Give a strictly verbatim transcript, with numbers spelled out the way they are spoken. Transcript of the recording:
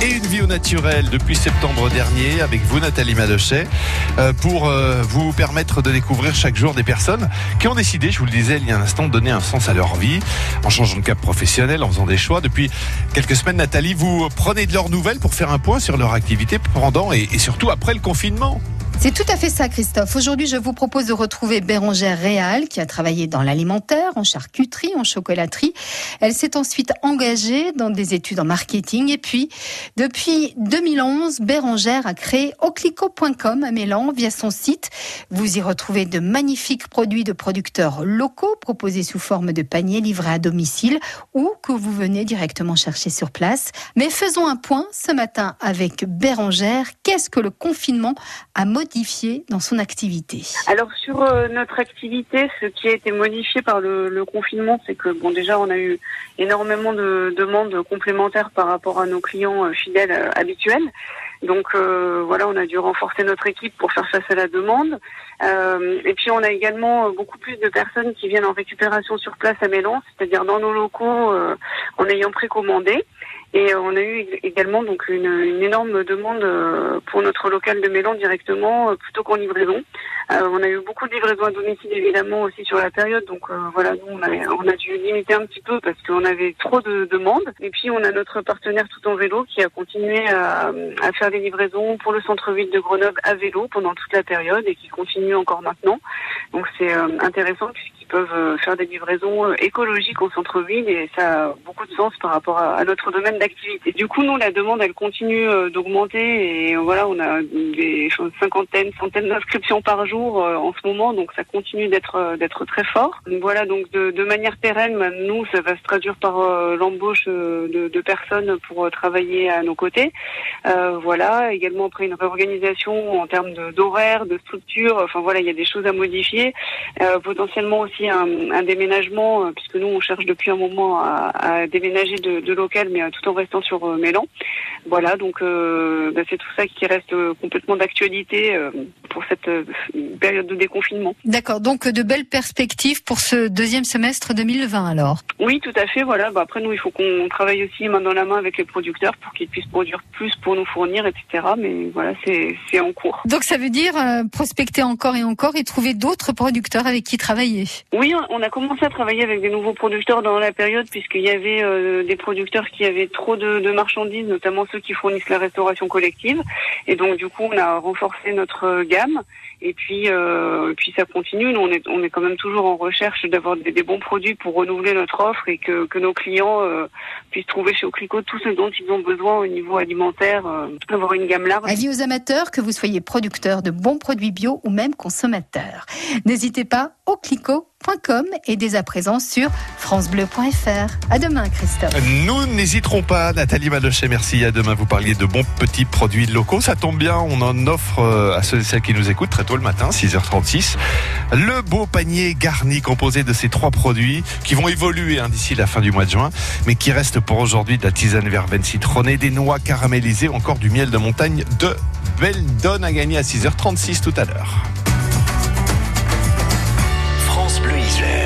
et une vie au naturel depuis septembre dernier avec vous, Nathalie Madochet, pour vous permettre de découvrir chaque jour des personnes qui ont décidé, je vous le disais il y a un instant, de donner un sens à leur vie en changeant de cap professionnel, en faisant des choix. Depuis quelques semaines, Nathalie, vous prenez de leurs nouvelles pour faire un point sur leur activité pendant et, et surtout après le confinement. C'est tout à fait ça, Christophe. Aujourd'hui, je vous propose de retrouver Bérengère Réal, qui a travaillé dans l'alimentaire, en charcuterie, en chocolaterie. Elle s'est ensuite engagée dans des études en marketing. Et puis, depuis deux mille onze, Bérengère a créé Oclico point com à Mélan via son site. Vous y retrouvez de magnifiques produits de producteurs locaux proposés sous forme de paniers livrés à domicile ou que vous venez directement chercher sur place. Mais faisons un point ce matin avec Bérengère. Qu'est-ce que le confinement a modifié dans son activité? Alors sur euh, notre activité, ce qui a été modifié par le, le confinement, c'est que bon déjà on a eu énormément de demandes complémentaires par rapport à nos clients euh, fidèles euh, habituels. Donc euh, voilà, on a dû renforcer notre équipe pour faire face à la demande. Euh, et puis on a également beaucoup plus de personnes qui viennent en récupération sur place à Mélan, c'est-à-dire dans nos locaux euh, en ayant précommandé. Et on a eu également donc une, une énorme demande pour notre local de Mélan directement, plutôt qu'en livraison. Euh, on a eu beaucoup de livraisons à domicile évidemment aussi sur la période, donc euh, voilà, nous on a, on a dû limiter un petit peu parce qu'on avait trop de demandes. Et puis on a notre partenaire Tout en Vélo qui a continué à, à faire des livraisons pour le centre-ville de Grenoble à vélo pendant toute la période et qui continue encore maintenant. Donc c'est euh, intéressant puisqu'ils peuvent faire des livraisons écologiques au centre-ville et ça a beaucoup de sens par rapport à, à notre domaine d'activité. Du coup, nous, la demande, elle continue d'augmenter et voilà, on a des cinquantaines, centaines d'inscriptions par jour en ce moment, donc ça continue d'être d'être très fort. Donc voilà, donc de, de manière pérenne, nous, ça va se traduire par euh, l'embauche de, de personnes pour travailler à nos côtés. Euh, voilà, également après une réorganisation en termes de, d'horaire, de structure. Enfin voilà, il y a des choses à modifier. Euh, potentiellement aussi un, un déménagement, puisque nous, on cherche depuis un moment à, à déménager de, de local, mais tout en restant sur euh, Mélan. Voilà, donc euh, bah, c'est tout ça qui reste euh, complètement d'actualité euh, pour cette euh, période de déconfinement. D'accord, donc de belles perspectives pour ce deuxième semestre deux mille vingt alors. Oui, tout à fait, voilà. Bah, après, nous, il faut qu'on travaille aussi main dans la main avec les producteurs pour qu'ils puissent produire plus pour nous fournir, et cetera. Mais voilà, c'est, c'est en cours. Donc ça veut dire euh, prospecter encore et encore et trouver d'autres producteurs avec qui travailler. Oui, on a commencé à travailler avec des nouveaux producteurs dans la période puisqu'il y avait euh, des producteurs qui avaient trop de, de marchandises, notamment ceux qui fournissent la restauration collective. Et donc du coup, on a renforcé notre gamme. Et puis, euh, et puis ça continue. Nous, on est, on est quand même toujours en recherche d'avoir des, des bons produits pour renouveler notre offre et que, que nos clients euh, puissent trouver chez Oclico tout ce dont ils ont besoin au niveau alimentaire, euh, avoir une gamme large. Avis aux amateurs, que vous soyez producteur de bons produits bio ou même consommateur. N'hésitez pas, oclico point com et dès à présent sur francebleu point fr. À demain, Christophe. Nous n'hésiterons pas, Nathalie Madochet, merci. À demain, vous parliez de bons petits produits locaux. Ça tombe bien, on en offre à ceux et celles qui nous écoutent très tôt le matin, six heures trente-six. Le beau panier garni composé de ces trois produits qui vont évoluer hein, d'ici la fin du mois de juin, mais qui reste pour aujourd'hui de la tisane verveine citronnée, des noix caramélisées ou encore du miel de montagne de Beldon à gagner à six heures trente-six tout à l'heure. France Bleu Isère.